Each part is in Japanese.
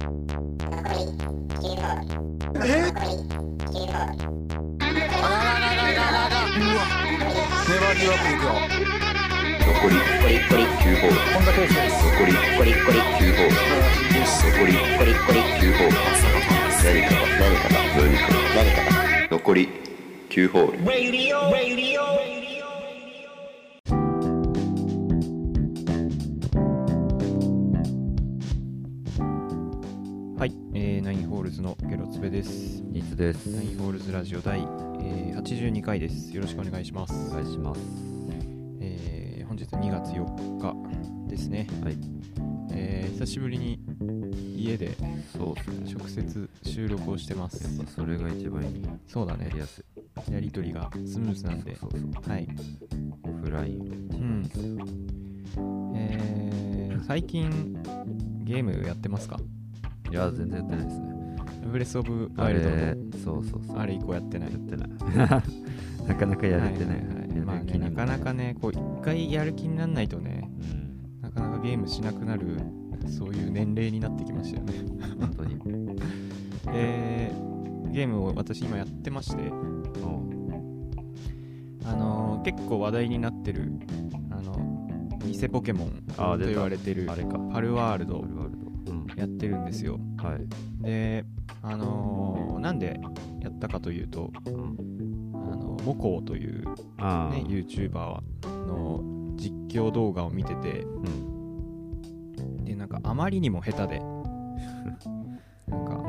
ネバーギブアップいくよ。 残り9ホール。 本田圭佑です。 残り9ホール。残り9ホール。何かが残り9ホール。 はい、ナインホールズのゲロツベです。 ニツです。 ナインホールズラジオ第、82回です。よろしくお願いします。 お願いします。 本日2月4日ですね。 はい。 久しぶりに家でそうですね。 直接収録をしてます。 やっぱそれが一番いい。 そうだね。 やりやすい。 やり取りがスムーズなんで。 そう。 はい。 オフライン。 最近ゲームやってますか？ いや全然やってないですね。 ブレスオブワイルドのそうあれ以降やってない。 やってないなかなかやれてない。 まあね、なかなかね、こう一回やる気にならないとね、なかなかゲームしなくなる、そういう年齢になってきましたよね。 本当に。 ゲームを私今やってまして、結構話題になってる偽ポケモンと言われてるパルワールドやってるんですよ。 はい。 で、なんでやったかというと、モコウという、ね、YouTuber の実況動画を見てて、でなんかあまりにも下手でなんか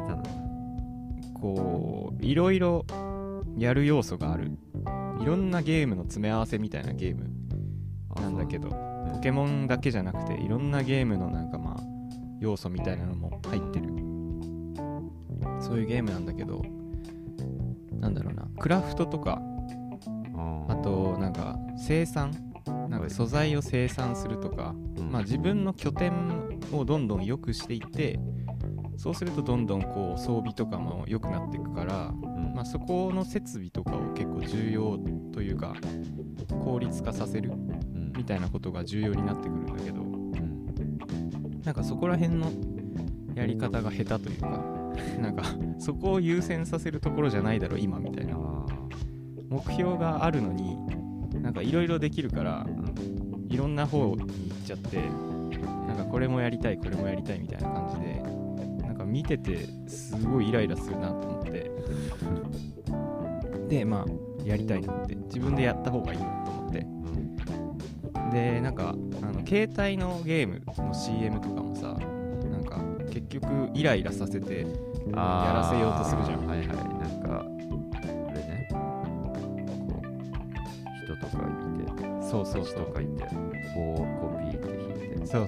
こういろいろやる要素がある、いろんなゲームの詰め合わせみたいなゲームなんだけど、ポケモンだけじゃなくていろんなゲームのなんかまあ要素みたいなのも入ってる、そういうゲームなんだけど、なんだろうな、クラフトとか、あとなんか生産、なんか素材を生産するとか、まあ自分の拠点をどんどん良くしていって、そうするとどんどんこう装備とかも良くなっていくから、まあそこの設備とかを結構重要というか効率化させるみたいなことが重要になってくるんだけど、なんかそこら辺のやり方が下手というか、なんかそこを優先させるところじゃないだろ今みたいな、目標があるのになんかいろいろできるから、いろんな方に行っちゃって、なんかこれもやりたいこれもやりたいみたいな感じで、なんか見ててすごいイライラするなと思って、でまあやりたいなって自分でやった方がいいなと思って、でなんか携帯のゲームの CM とかもさ、なんか結局イライラさせてやらせようとするじゃん。 はいはい。なんかあれね、こう人とかいて、 そう人とかいて、こうコピーって引いて、 そう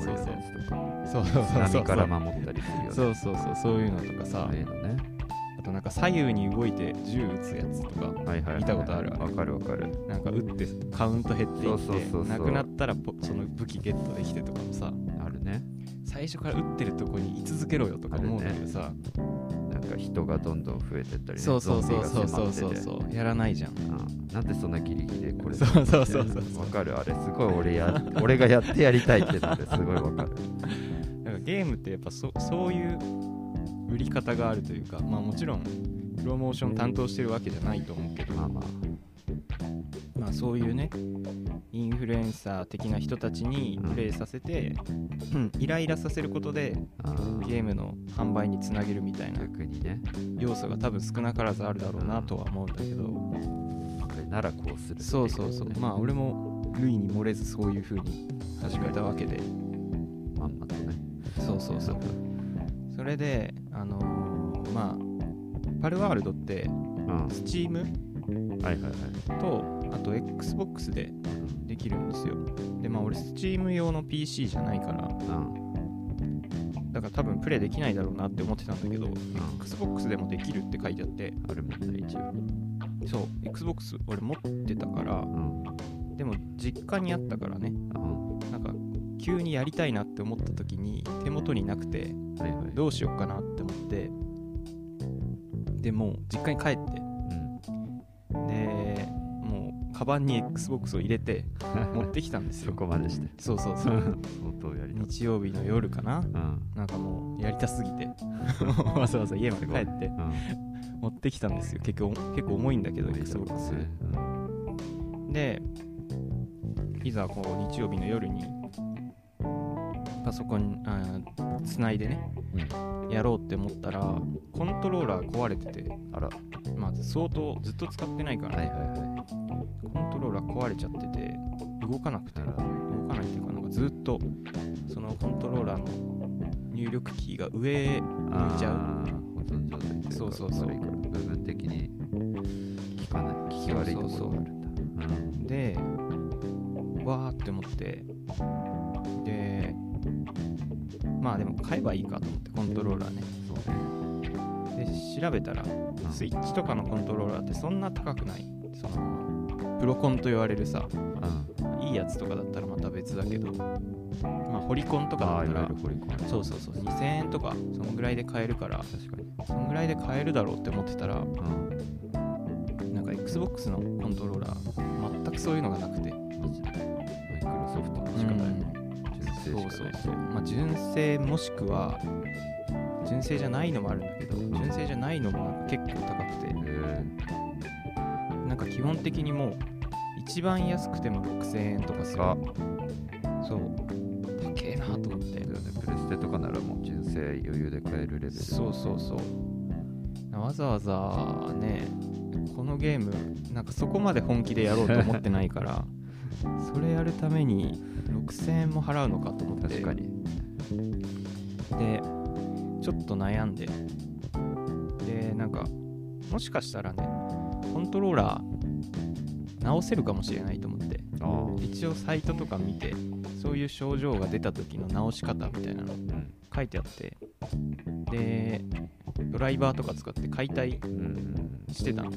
波から守ったりするよね。 そういうのとかさ、あとなんか左右に動いて銃撃つやつとか見たことある。 わかる。 なんか撃ってカウント減っていってなくなったらその武器ゲットできてとかもさあるね。 最初から撃ってるとこに居続けろよとか思うんだけどさ、 なんか人がどんどん増えてったりね、 そうやらないじゃん。 なんでそんなギリギリでこれ、 そうわかる。あれすごい俺がやってやりたいってなる。すごいわかる。 なんかゲームってやっぱそういう売り方があるというか、まあもちろんプロモーション担当してるわけじゃないと思うけど、まあそういうねインフルエンサー的な人たちにプレイさせて、イライラさせることでゲームの販売につなげるみたいな要素が多分少なからずあるだろうなとは思うんだけど、 これならこうする。 そうまあ俺も類に漏れずそういう風に始めたわけで、 まんまとね。 そうそれでまあパルワールドってスチームとあと Xbox でできるんですよ。でまあ俺スチーム用の PC じゃないから、だから多分プレイできないだろうなって思ってたんだけど、Xbox でもできるって書いてあって、 あるもんね一応。 そう Xbox 俺持ってたから、でも実家にあったからね、なんか急にやりたいなって思った時に手元になくて、どうしようかなって思って、でもう実家に帰って、でもうカバンに XBOX を入れて持ってきたんですそよ。 こまでしてそうそうそう相当やりたい。 日曜日の夜かな、なんかもうやりたすぎてわざわざ家まで帰って持ってきたんですよ。結構重いんだけど XBOX で、いざこう日曜日の夜にパソコンつないでね、やろうって思ったらコントローラー壊れてて、 あら、 まあ相当ずっと使ってないからね、コントローラー壊れちゃってて動かなくて、動かないっていうか、なんかずっとそのコントローラーの入力キーが上向いちゃう。 保存状態っていうか、 そうそうそう悪いから部分的に効き悪いところがあるんだ。 でわーって思って、でまあでも買えばいいかと思ってコントローラーね。 そうね。 で調べたらスイッチとかのコントローラーってそんな高くない、そのプロコンと言われるさ、いいやつとかだったらまた別だけど、まあホリコンとかだったらそうそうそう2000円とかそのぐらいで買えるから、 確かにそのぐらいで買えるだろうって思ってたら、なんか XBOX のコントローラー全くそういうのがなくて、 マイクロソフトのしかない、純正しかない。 まあ純正もしくは純正じゃないのもあるんだけど、純正じゃないのもなんか結構高くて、なんか基本的にもう一番安くても6000円とかする。そう高えなと思って。 プレステとかならもう純正余裕で買えるレベル。 そうそうそう、わざわざねこのゲームなんかそこまで本気でやろうと思ってないからそれやるために6000円も払うのかと思って。 確かに。 でちょっと悩んで、でなんかもしかしたらねコントローラー直せるかもしれないと思って、一応サイトとか見てそういう症状が出た時の直し方みたいなの書いてあって、でドライバーとか使って解体してたのよ。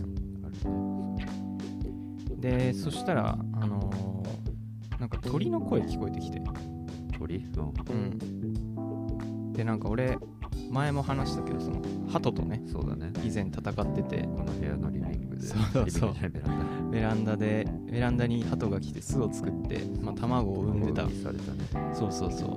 でそしたらなんか鳥の声聞こえてきて、 鳥？ でなんか俺前も話したけど、その鳩とね、 そうだね、 以前戦ってて、 この部屋のリビングで、 そうそうベランダベランダに鳩が来て巣を作って、まあ、卵を産んでた。 されたね。 そうそうそう、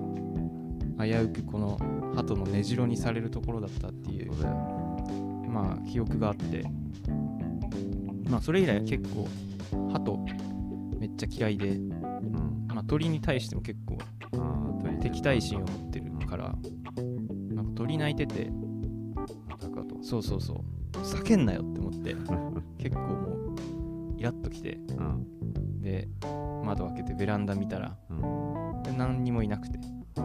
危うくこの鳩の根城にされるところだったっていう、まあ記憶があって、まあそれ以来結構鳩めっちゃ嫌いで、まあ鳥に対しても結構敵対心を持ってるから、なんか鳥鳴いてて、そうそうそう、叫んなよって思って結構もうイラッときて、で窓開けてベランダ見たら、で何にもいなくて、いね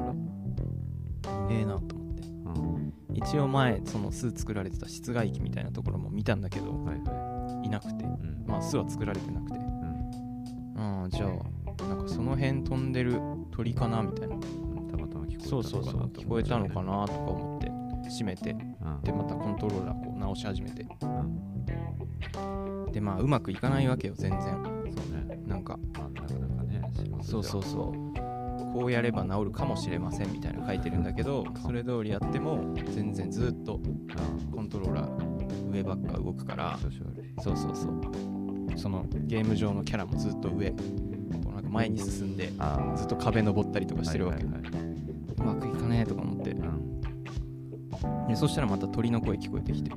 えなと思って、一応前その巣作られてた室外機みたいなところも見たんだけど、いなくて、まあ巣は作られてなくて、じゃあなんかその辺飛んでる鳥かなみたいな、 たまたま聞こえたのかな、 そうそうそう聞こえたのかなとか思って閉めて、でまたコントローラーこう直し始めて、でまあうまくいかないわけよ全然。 そうね、 なんかなかなかね、 そうそうそう、こうやれば治るかもしれませんみたいな書いてるんだけど、それ通りやっても全然ずっとコントローラー上ばっか動くから、そうそうそう、そのゲーム上のキャラもずっと上、こうなんか前に進んでずっと壁登ったりとかしてるわけ、うまくいかねえとか思って、でそしたらまた鳥の声聞こえてきて、は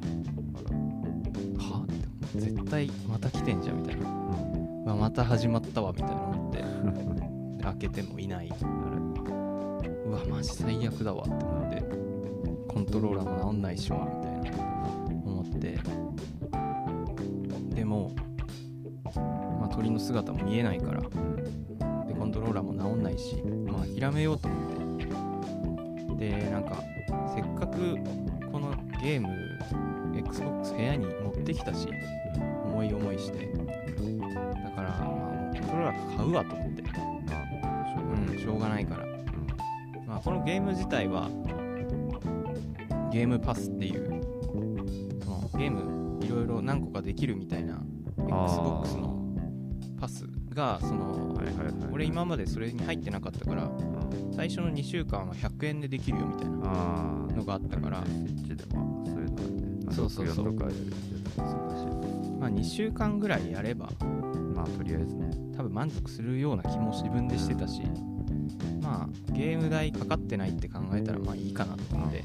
って絶対また来てんじゃんみたいな、また始まったわみたいな思ってで開けてもいない、うわマジ最悪だわって思って、コントローラーも治んないしわみたいな思って、でもまあ鳥の姿も見えないから、でコントローラーも治んないし、まあ諦めようと思って、でなんかせっかくこのゲーム Xbox 部屋に持ってきたし、思い思いして、だからまあもうコントローラー買うわと思って、しょうがないから、まあこのゲーム自体はゲームパスっていうそのゲームいろいろ何個かできるみたいな Xbox のパスが、その俺今までそれに入ってなかったから、最初の2週間は100円でできるよみたいなのがあったから、 スイッチでもそういうのはね、 そうそうそう、 とかやるまあ2週間ぐらいやればまあとりあえずね。 多分満足するような気も自分でしてたし、まあゲーム代かかってないって考えたらまあいいかなと思って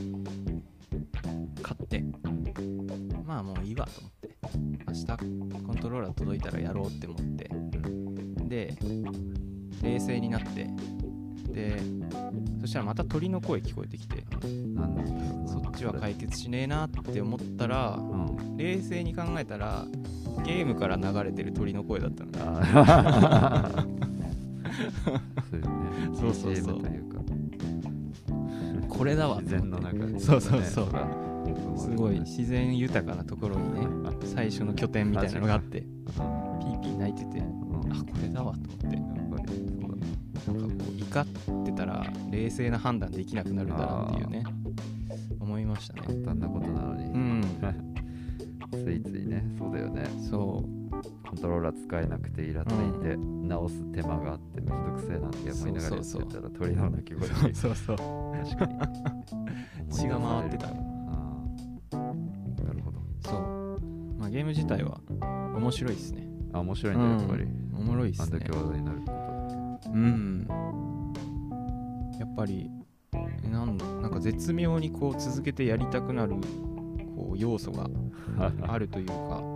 買って、まあもういいわと思って、明日コントローラー届いたらやろうって思って、で冷静になって、でそしたらまた鳥の声聞こえてきて、 なんだろうな、 そっちは解決しねえなって思ったら、冷静に考えたらゲームから流れてる鳥の声だったのね。 そういうね、 そうそうそう BGM というかこれだわ、 自然の中で、 そうそうそう、 ね、 すごい自然豊かなところにね、最初の拠点みたいなのがあって、ピーピー泣いてて、あ、これだわと思って、なんかこう怒ってたら冷静な判断できなくなるんだなっていうね、思いましたね。 簡単なことなのに、ついついね、そうだよね。 そう、 コントローラー使えなくてイラついて、直す手間があってめんどくせえなんて思いながらやってたら鳥の鳴き声で、 そうそう、 確かに血が回ってた。 なるほど。 そう、まあゲーム自体は面白いですね。 あ、面白いんだ、やっぱり。 おもろいっすね。 あんだけ話題になることだけ。 やっぱりなんか絶妙にこう続けてやりたくなるこう要素があるというか、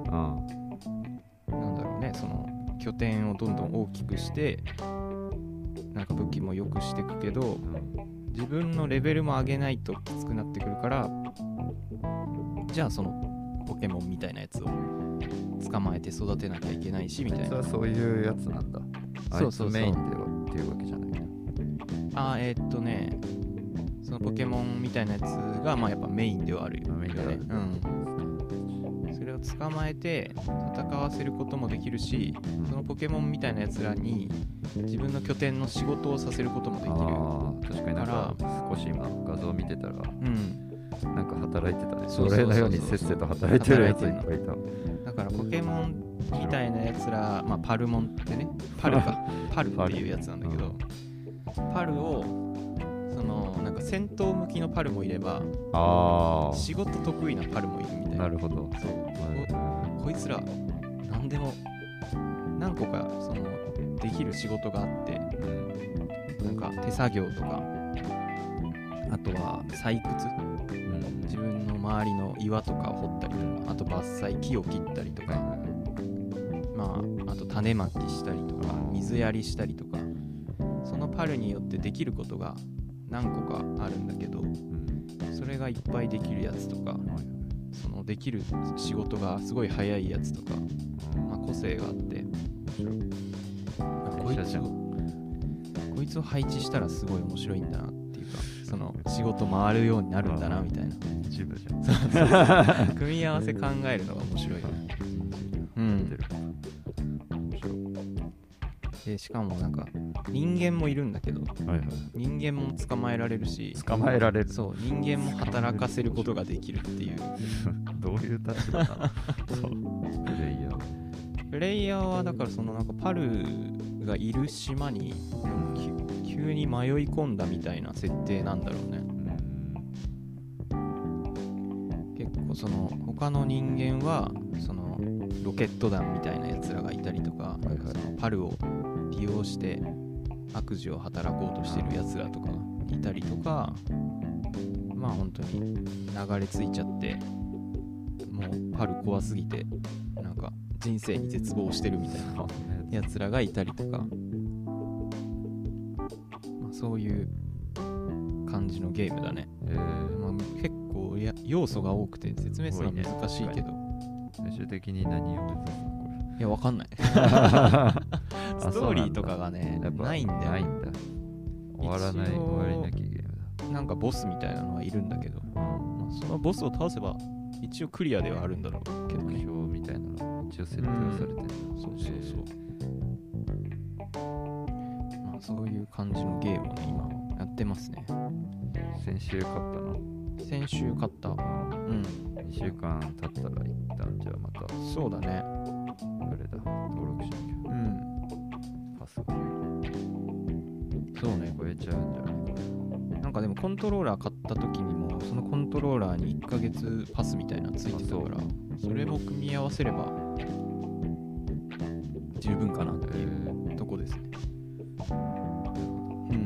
なんだろうね、その拠点をどんどん大きくしてなんか武器も良くしていくけど、自分のレベルも上げないときつくなってくるから、じゃあそのポケモンみたいなやつを捕まえて育てなきゃいけないしみたいな。 そういうやつなんだ。 そうそうそう、 メインではっていうわけじゃない。 そのポケモンみたいなやつがまあやっぱメインではあるよね。それを捕まえて戦わせることもできるし、そのポケモンみたいなやつらに自分の拠点の仕事をさせることもできる。 確かになんか少し今画像見てたら、なんか働いてたね。 そうそれのようにせっせと働いてるやついっぱいいた。 だからポケモンみたいなやつら、まあパルモンってね、パルっていうやつなんだけど、パルをそのなんか戦闘向きのパルもいれば、仕事得意なパルもいるみたいな。 なるほど。 そう、こいつら何でも何個かそのできる仕事があって、なんか手作業とか、あとは採掘、自分の周りの岩とかを掘ったりとか、あと伐採、木を切ったりとか、まああと種まきしたりとか、水やりしたりとか、そのパルによってできることが何個かあるんだけど、それがいっぱいできるやつとか、そのできる仕事がすごい早いやつとか、まあ、個性があって、こいつを配置したらすごい面白いんだなっていうか、その仕事回るようになるんだなみたいな。 一部じゃん。 組み合わせ考えるのが面白いよね。でしかもなんか人間もいるんだけど、人間も捕まえられるし、 捕まえられる。 そう、人間も働かせることができるっていう。 どういう立場なの？ プレイヤーはだからそのなんかパルがいる島に急に迷い込んだみたいな設定なんだろうね。結構その他の人間はそのロケット団みたいなやつらがいたりとか、なんかそのパルを利用して悪事を働こうとしてるやつらとかいたりとか、まあ本当に流れ着いちゃって、もうパル怖すぎてなんか人生に絶望してるみたいなやつらがいたりとか、まあ、そういう感じのゲームだね。まあ、結構要素が多くて説明するのは難しいけど、 最終的に何を目指すのこれ？ いやわかんないストーリーとかがねないんだよ。 ないんだ。終わらない、終わりなきゲームだ。 なんかボスみたいなのはいるんだけど、まあ、そのボスを倒せば一応クリアではあるんだろうけど、 目標みたいなの一応設定はされてるんだ。 そうそうそう。まあそういう感じのゲームをね今やってますね。 先週買ったの？ 先週買った。2 週間経ったら一旦じゃあまた。 そうだね。 あれだ、登録しなきゃ。パスが。 そうね。 超えちゃうんじゃないかな。 なんかでもコントローラー買った時にもそのコントローラーに1ヶ月パスみたいなのついてたから、それも組み合わせれば十分かなっていうとこですね。うん。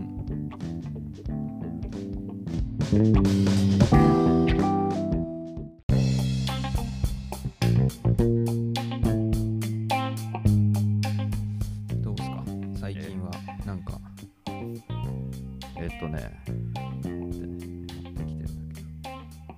どうですか最近はなんか。 持ってきてるんだけど、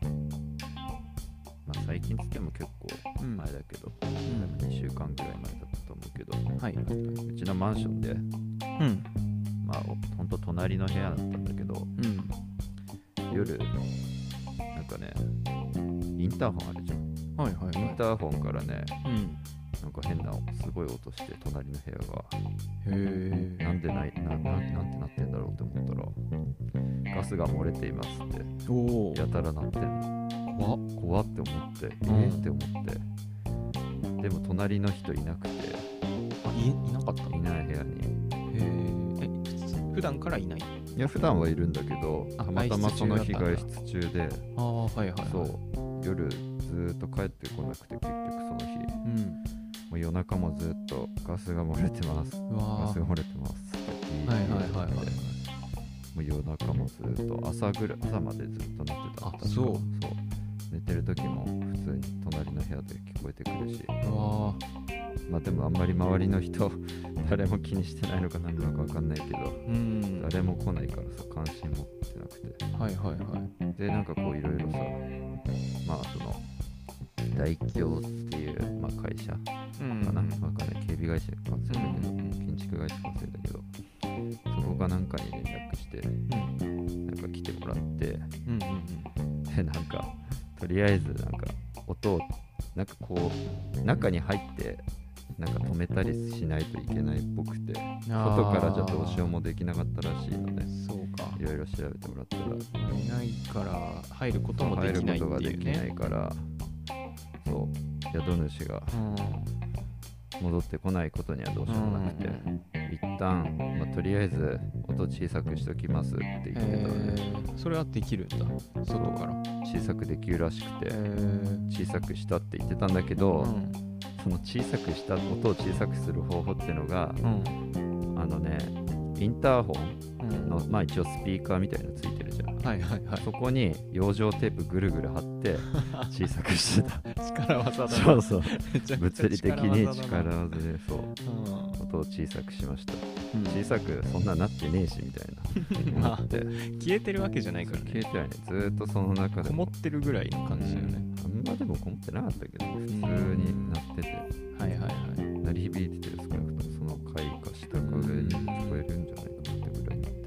まあ最近つっても結構前だけど、2週間ぐらい前だったと思うけど、 はい、 うちのマンションで、まあほんと隣の部屋だったんだけど、夜なんかね、インターホンあるじゃん。インターホンからね、なんか変なすごい音して隣の部屋が、なんでなんてなってんだろうって思ったら、ガスが漏れていますってやたらなってんの。怖って思って、って思って、でも隣の人いなくて、 いなかった？ いない部屋に。 普段からいない？ いや普段はいるんだけど、たまたまその日外出中で、そう夜ずーっと帰ってこなくて、結局その日、もう夜中もずっとガスが漏れてます、ガスが漏れてますってもう夜中もずっと朝までずっと寝てた。そう寝てる時も普通に隣の部屋で聞こえてくるし、まあでもあんまり周りの人誰も気にしてないのか何なのか分かんないけど、誰も来ないからさ、関心持ってなくて、でなんかこういろいろさ、まあその大京っていう、まあ、会社かな、わかんない、警備会社か忘れたけど、建築会社か忘れたけど、そこがなんかに連絡して、なんか来てもらって、でなんかとりあえずなんか音をなんかこう中に入ってなんか止めたりしないといけないっぽくて、外からじゃどうしようもできなかったらしいので、いろいろ調べてもらったら、 いないから入ることもできないっていうね。入ることができないから、そう宿主が戻ってこないことにはどうしようもなくて、一旦、まあ、とりあえず音小さくしときますって言ってたので、 それはできるんだ、外から小さくできるらしくて、小さくしたって言ってたんだけど、その小さくした音を小さくする方法っていうのが、あのね、インターホンの、まあ一応スピーカーみたいなのついてるじゃん、そこに養生テープぐるぐる貼って小さくしてた。 力技だ。 そう物理的に力技で音を小さくしました。小さくそんななってねえしみたいなって消えてるわけじゃないからね。 消えてないね、ずーっとその中でこもってるぐらいの感じだよね。 あんまでもこもってなかったけど、普通になってて、鳴り響いてて、少なくともその階か下か上に聞こえるんじゃないかなってぐらいになって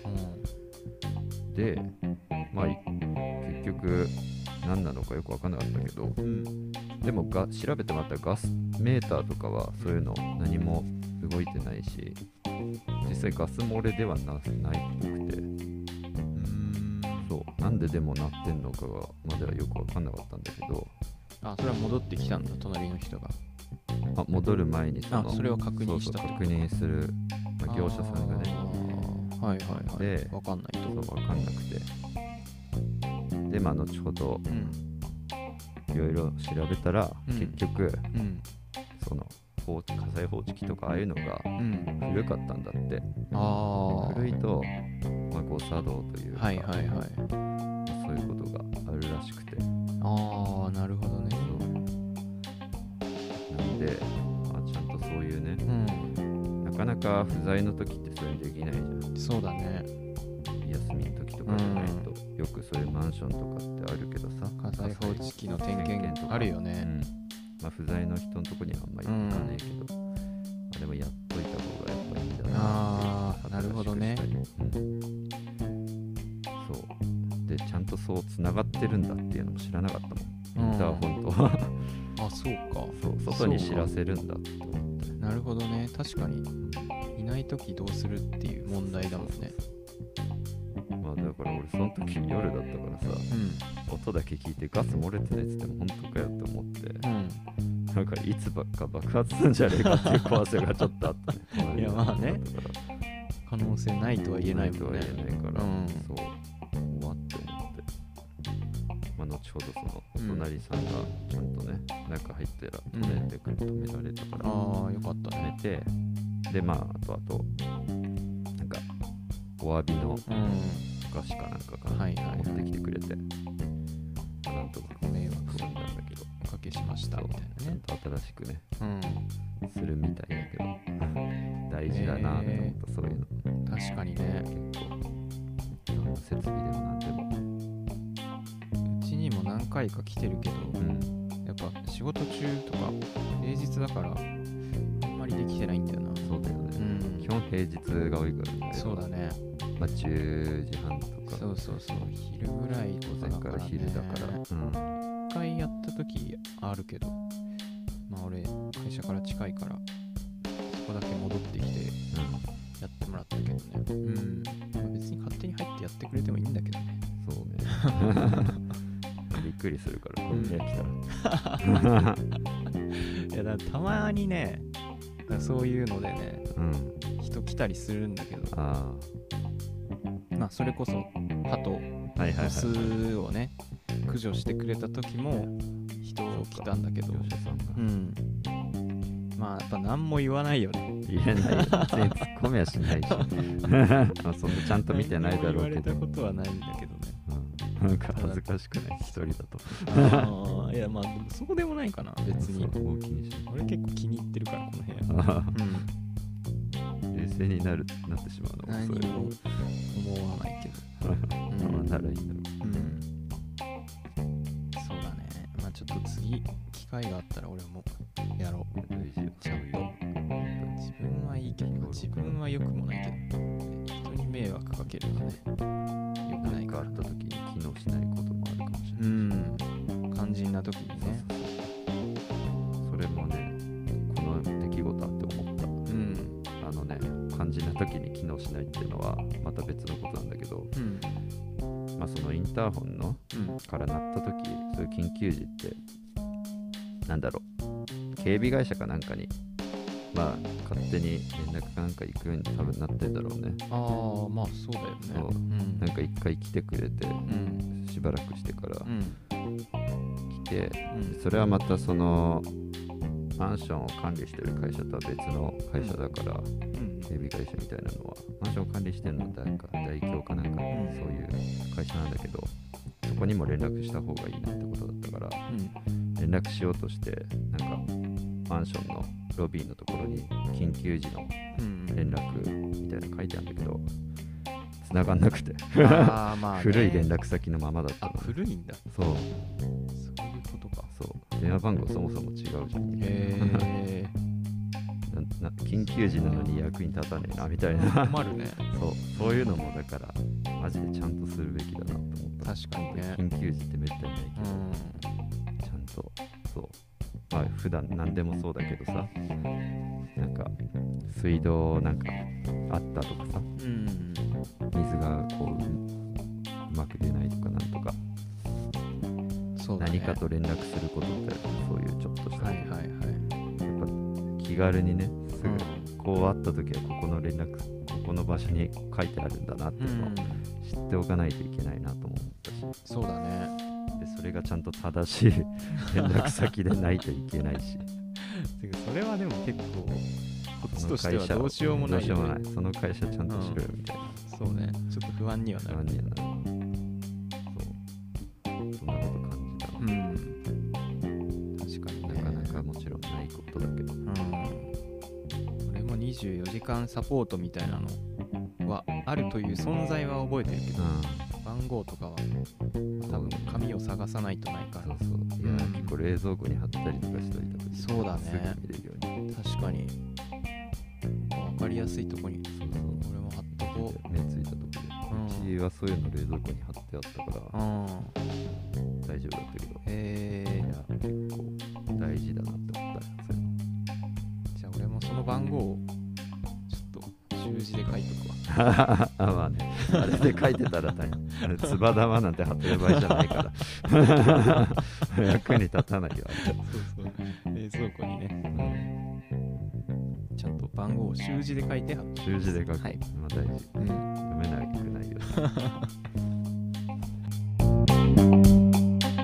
て、でまあ結局何なのかよく分かんなかったけど、でも調べてもらったらガスメーターとかはそういうの何も動いてないし、実際ガス漏れではないっぽくて、そうなんででもなってんのかがまではよく分かんなかったんだけど、 それは戻ってきたんだ、隣の人が。 戻る前にそれを確認した。 確認する、まあ、業者さんがね、で分かんないと。 分かんなくて、でまあ後ほどいろいろ調べたら、結局、その火災報知器とかああいうのが古かったんだって。古いと、まあ、誤作動というか、そういうことがあるらしくて。 なるほどね。 なんで、まあ、ちゃんとそういうね、なかなか不在の時ってそれできないじゃん。 そうだね。 休みの時とかじゃないと、よくそういうマンションとかってあるけどさ、 火災報知器の点検とかあるよね。 まあ、不在の人のとこにはあんまり行かないけど、まあ、でもやっといた方がやっぱりいいんだなっていう。 なるほどね。 そうで、ちゃんとそうつながってるんだっていうのも知らなかったもん、インターホンとは。 そうか。 外に知らせるんだって思って。 なるほどね。確かにいない時どうするっていう問題だもんね。 まあだから俺その時夜だったからさ、音だけ聞いてガス漏れてないっつっても本当かよって思って、なんかいつばっか爆発するんじゃねえかっていう怖さがちょっとあったね。 いやまあね、可能性ないとは言えないもんね。 ないとは言えないから、そう怖って思って、 まあ、後ほどそのお隣さんがちゃんとね、中入ったら止められたから、 ああよかったね。 止めて、でまああとなんかお詫びのお菓子かなんかが持ってきてくれて、なんとかご迷惑をしたんだけどおかけしましたみたいなね。 ちゃんと新しくね、するみたいだけど大事だなって思った、そういうの。 確かにね。 結構いろんな設備でもなんでもうちにも何回か来てるけど、やっぱ仕事中とか平日だからあんまりできてないんだよな。 そうだよね、基本平日が多いからね。 そうだね。 まあ10時半とか、 そう昼ぐらい午前から昼だから、 一回やった時あるけど、まあ俺会社から近いからそこだけ戻ってきてやってもらったけどね。まあ、別に勝手に入ってやってくれてもいいんだけどね。 そうねびっくりするからこの部屋来たらいやだからたまにね、そういうのでね、人来たりするんだけど、まあそれこそ鳩の巣をね駆除してくれた時も人来たんだけど、まあやっぱ何も言わないよね。 言えないよ、全然突っ込みはしないしまあそんなちゃんと見てないだろうけど、 言われたことはないんだけどね。 なんか恥ずかしくない、一人だといやまあそうでもないかな別に。俺結構気に入ってるからこの部屋。 冷静になってしまうの何も思わないけどならいいんだろう。そうだね。まあちょっと次機会があったら俺もやろう。ちゃんと自分はいいけど、自分は良くもないけど、人に迷惑かけるのはね良くないから。 あった時に機能しないこともあるかもしれない。 肝心な時にね。 それもね、この出来事あって思った。肝心な時に機能しないっていうのはまた別のことなんだけど、まあそのインターホンの、から鳴った時、そういう緊急時ってなんだろう、警備会社かなんかにまあ勝手に連絡かなんか行くように多分なってんだろうね。 まあそうだよね。 なんか一回来てくれて、しばらくしてから来て、それはまたそのマンションを管理してる会社とは別の会社だから、警備会社みたいなのはマンションを管理してるのは代表かなんか、そういう会社なんだけど、そこにも連絡した方がいいなってことだったから、連絡しようとしてなんかマンションのロビーのところに緊急時の連絡みたいなの書いてあるんだけど、繋がんなくて古い連絡先のままだったの。 古いんだ。 そういうことか。 そう電話番号そもそも違うじゃん。緊急時なのに役に立たねえなみたいな。 困るね。 そういうのもだからマジでちゃんとするべきだなと思った。 確かにね。 緊急時ってめったにないけど、ちゃんとまあ普段何でもそうだけどさ、なんか水道なんかあったとかさ、水がこうまく出ないとかなんとか、何かと連絡することってそういうちょっとした、やっぱ気軽にね、すぐこうあった時はここの連絡、ここの場所に書いてあるんだなっていうのを知っておかないといけないなと思ったし、 そうだね。 でそれがちゃんと正しい連絡先でないといけないしそれはでも結構こっちとしてはどうしようもないよね。 その会社ちゃんとしろよみたいな、 そうね、ちょっと不安にはなる。 そう、そんなこと感じた。 確かにね。 なかなかもちろんないことだけど、 俺も24時間サポートみたいなのはあるという存在は覚えてるけど、番号とかは多分紙を探さないとないから。 いや、結構冷蔵庫に貼ったりとかしといた時、 そうだね、 すぐ見れるように。 確かに分かりやすいとこに俺も貼っとこう。 目ついたとこで、うちはそういうの冷蔵庫に貼ってあったから大丈夫だったけど、いや結構大事だなって思ったよ。 じゃあ俺もその番号をちょっと習字で書いとくわ。 まあね、あれで書いてたら大変。あれつば玉なんて貼ってる場合じゃないから役に立たないよ。 冷蔵庫にね、ちゃんと番号を習字で書いて貼る。 習字で書く、まあ大事、読めなくないよ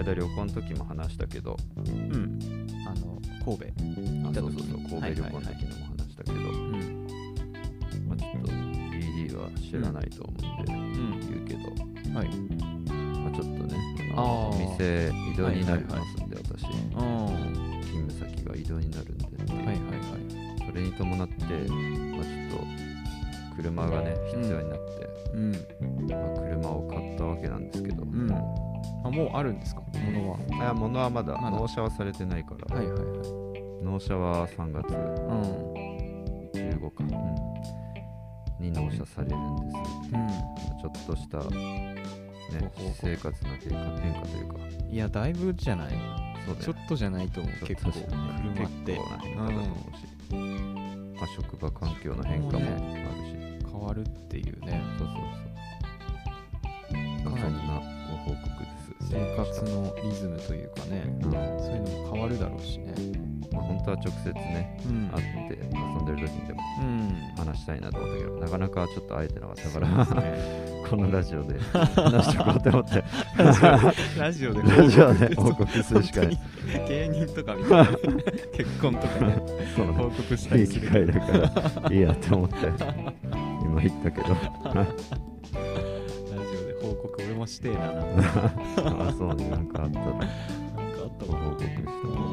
間旅行の時も話したけど、 神戸行った時神戸旅行の時にも話したけど、まあちょっと BD は知らないと思うんで言うけど、はい、まあちょっとね、お店移動になりますんで、私勤務先が移動になるんで、それに伴って、まあちょっと車がね必要になって、まあ、車を買ったわけなんですけど、 もうあるんですか、物は。 いや、物はまだ納車はされてないから、納車は3月15日、に納車されるんです、ちょっとしたね、生活の変化というか。 いや、だいぶじゃない。 そうだよ、 ちょっとじゃないと思う。結構車って結構な変化だと思うし、まあ、職場環境の変化もあるし、 変わるっていうね。 そうそんなご報告です。 生活のリズムというかね、そういうのも変わるだろうしね。 まあ、本当は直接ね、会って遊んでる時にでも話したいなと思ったけど、なかなかちょっと会えてなかったから、このラジオで話しておこうと思ってラジオで報告するしかない。 芸人とかみたいな結婚とかね、報告したりする。 いい機会だからいいやって思って今言ったけどラジオで報告俺もしてえなあ、そうね、なんかあったらなんかあった報告したな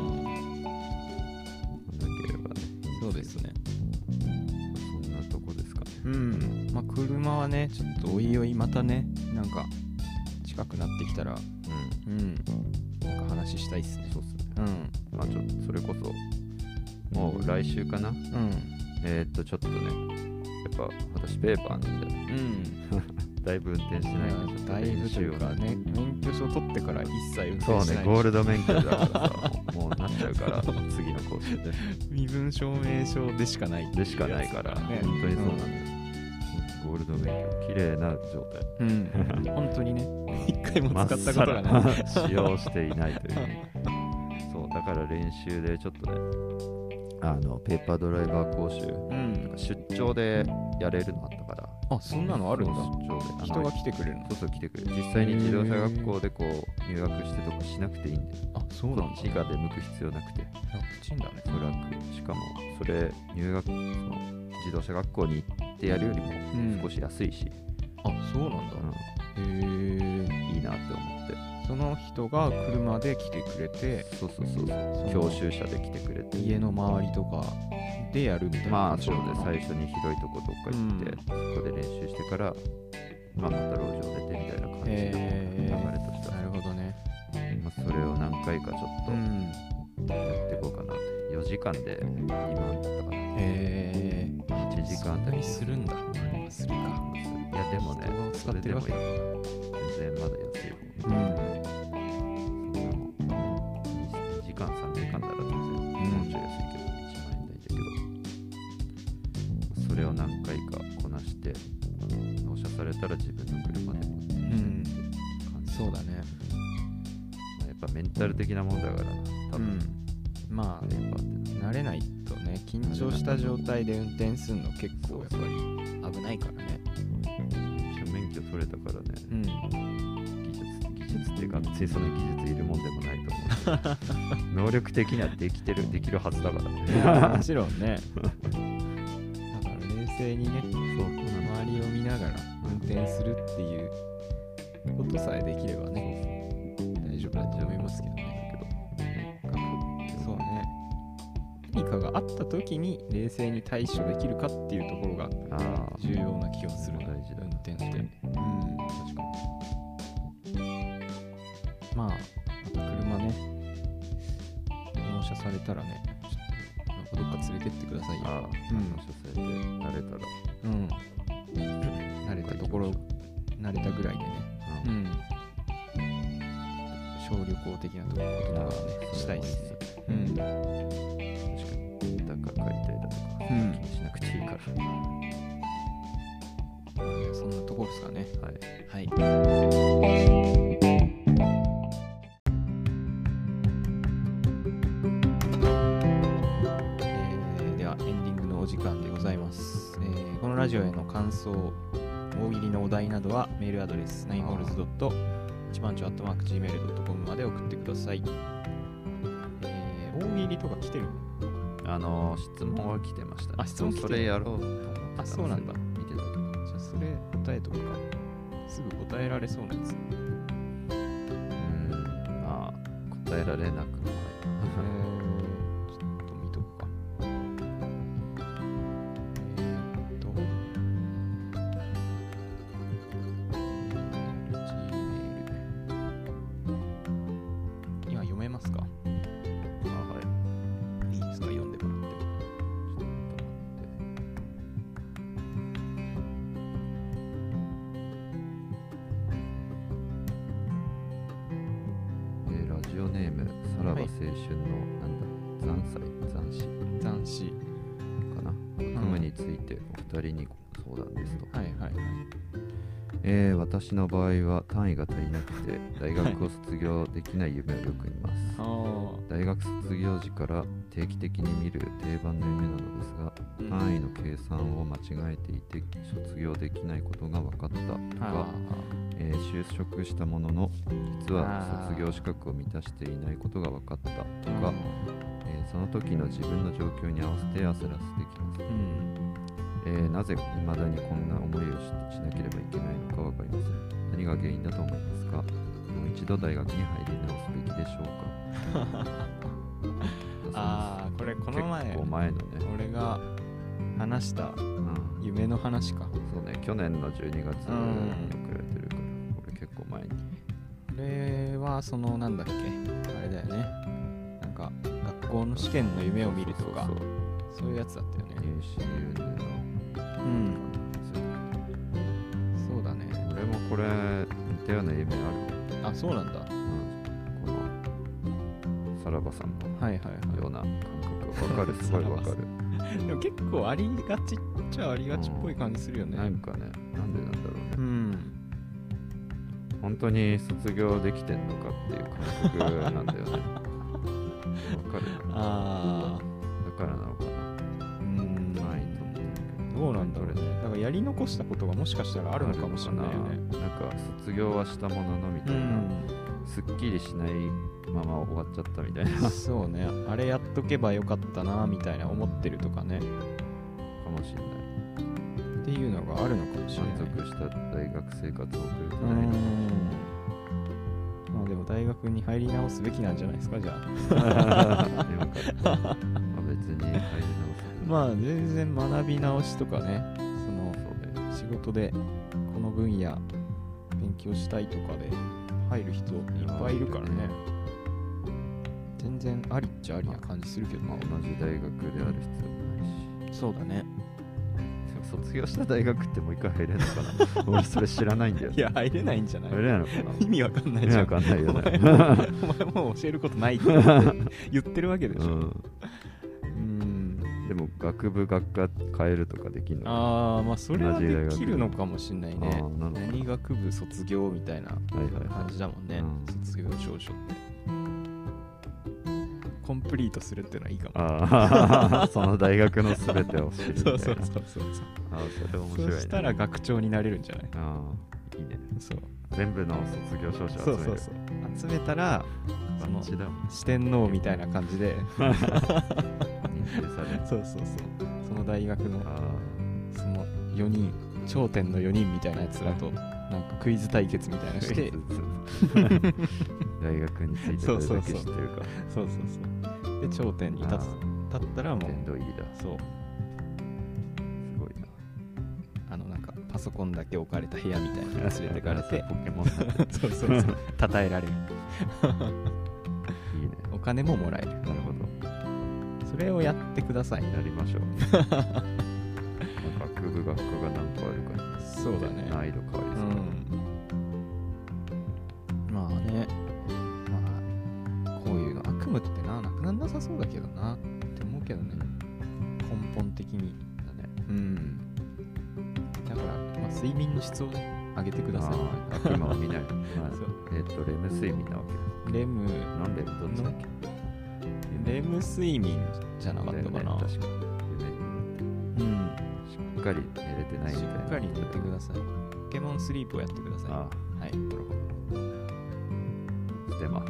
ければね。 そうですね、 そんなとこですかね。 まあ車はね、ちょっとおいおいまたね、なんか近くなってきたらなんか話したいっすね。 そうっすね。まあちょっとそれこそもう来週かな。ちょっとね、やっぱ私ペーパーなんで、だいぶ運転してないんで、 だいぶというかね、免許証取ってから一切運転しない。 そうね、ゴールド免許だからさもうなっちゃうから次の講習で身分証明書でしかないでしかないからね、本当にそうなんだよ、ゴールド免許綺麗な状態、 本当にね、一回も使ったことがない使用していないというそうだから練習でちょっとね、ペーパードライバー講習、なんか出張でやれるのあったから。 あ、そんなのあるんだ。 出張で人が来てくれるの。 そう来てくれる。実際に自動車学校でこう入学してとかしなくていいんで。 あ、そうなんだ。 こっちが出向く必要なくて。 楽ちんだね。 楽。しかもそれ入学、その自動車学校に行ってやるよりも少し安いし。 あ、そうなんだ。へえ、 いいなって思って。 その人が車で来てくれて、 そう教習車で来てくれて、 家の周りとかでやるみたいな。 まあそうで、最初に広いとこどっか行って、そこで練習してから、また路上出てみたいな感じで、流れとしては。 なるほどね。 まあ、それを何回かちょっとやっていこうかなって。4時間で2万だったかな。1時間だけするんだ。するか。 いやでもね、 使ってるわけ。 全然まだ安い方。2時間3時間なら全然もうちょい安いけど、1万円台だけど、それを何回かこなして納車されたら自分の車でもそうだね。 やっぱメンタル的なもんだからな、多分。 まあ慣れないとね、緊張した状態で運転するの結構やっぱり危ないからね。 免許取れたからね、技術っていうか、別にその技術いるもんでもないと思うけど能力的にはできるはずだからね。 もちろんね。だから冷静にね、周りを見ながら運転するっていうことさえできればね、大丈夫だと思いますけどね。そうね。何かがあった時に冷静に対処できるかっていうところが重要な気がする。 大事だ、 運転って。確かに。まあ、また車ね、納車されたらね、ちょっとどっか連れてってくださいよ。 納車されて慣れたら。 慣れたところ、慣れたぐらいでね。小旅行的なこととかね、したいですね。 確かに。だから借りたりだとか、気にしなくていいから。 そんなところですかね。はい。ではエンディングのお時間でございます。このラジオへの感想、大喜利のお題などはメールアドレス 9holes.radio 一番町@gmail.com まで送ってください。大喜利とか来てる？ 質問は来てましたね。 質問来てる？ それやろうと思ってた。 そうなんだ。 見てたけど。 じゃあそれ答えとくか。すぐ答えられそうなやつ。 まあ答えられなくもない。 ちょっと見とくか。今読めますか？いいですか？読んでもらっても。 ラジオネームさらば青春の残死かな。悪夢についてお二人に相談ですと。私の場合は単位が足りなくて大学を卒業できない夢をよく見ます。大学卒業時から定期的に見る定番の夢なのですが、単位の計算を間違えていて卒業できないことが分かったとか、就職したものの実は卒業資格を満たしていないことが分かったとか、その時の自分の状況に合わせて焦らせてきます。なぜ未だにこんな思いをしなければいけないのか分かりません。何が原因だと思いますか？もう一度大学に入り直すべきでしょうか？ これこの前結構前のね、 俺が話した夢の話か。 そうね、去年の12月に送られてるから、これ結構前に。これはそのなんだっけ、あれだよね、なんか学校の試験の夢を見るとか、そういうやつだったよね。そうだね。 俺もこれ似たような夢ある。 そうなんだ。 このさらばさんのような感覚わかる。すごいわかる。 でも結構ありがちっちゃありがちっぽい感じするよね。 なんかね、なんでなんだろうね。本当に卒業できてんのかっていう感覚なんだよね。わかる。だからなのかな。 どうなんだろうね。だからやり残したことがもしかしたらあるのかもしれないよね。 なんか卒業はしたもののみたいな、すっきりしないまま終わっちゃったみたいな。 そうね、あれやっとけばよかったなみたいな思ってるとかね、 かもしれないっていうのがあるのかもしれない。 満足した大学生活を送れてない。 まあでも大学に入り直すべきなんじゃないですか、じゃあ。 別に入り直す。 まあ全然学び直しとかね、仕事でこの分野勉強したいとかで入る人いっぱいいるからね。全然ありっちゃありな感じするけど、 同じ大学である必要もないし。 そうだね。 卒業した大学ってもう一回入れるのかな。俺それ知らないんだよ。 いや、入れないんじゃない？ 入れないのかな。 意味わかんないじゃん。 意味わかんないよね。 お前もう教えることないって言ってるわけでしょ。 でも学部学科変えるとかできるの？ まあそれはできるのかもしれないね。何学部卒業みたいな感じだもんね。卒業証書って。コンプリートするっていうのはいいかも。 その大学のすべてを知るみたいな。 そう。 それ面白いね。 そしたら学長になれるんじゃない？ いいね。 そう。 全部の卒業証書集める。 そう。集めたらその四天王みたいな感じで。そうその大学のその4人頂点の4人みたいなやつらとなんかクイズ対決みたいなして大学についてどれだけ知ってるか。 そうで頂点に立ったらもう殿堂入りだ。 そうすごいな。 なんかパソコンだけ置かれた部屋みたいなの連れてかれてポケモンそう称えられる。 いいね。 お金ももらえる。 なるほど。 それをやってください。 やりましょう。学部学科が何個あるかに。 そうだね。 難易度変わりそう。 まあね。こういうの悪夢ってなくなんなさそうだけどなって思うけどね。根本的にだね。だから、睡眠の質を上げてください。 悪夢を見ない。レム睡眠なわけ。 レムノンレムどっちだっけ？ レム睡眠じゃなかったかな。 確かしっかり寝れてないみたいな。 しっかり寝てください。ポケモンスリープをやってください。 はい。なるほど。 テマ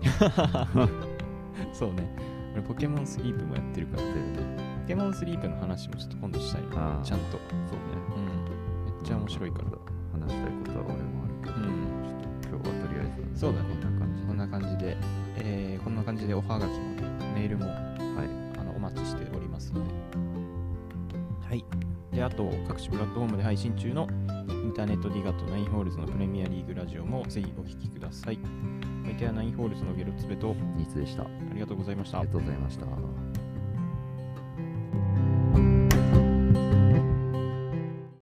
そうね、俺ポケモンスリープもやってるから、ポケモンスリープの話もちょっと今度したいな、ちゃんと。 そうね、 めっちゃ面白いから話したいことは俺もあるけど、ちょっと今日はとりあえずそうだね、 こんな感じでこんな感じでおはがきもメールも、 はい、 お待ちしておりますので、はい。で、あと各種プラットフォームで配信中のインターネットディガとナインホールズのプレミアリーグラジオもぜひお聞きください。相手はナインホールズのゲロツベとニツでした。ありがとうございました。 ありがとうございました。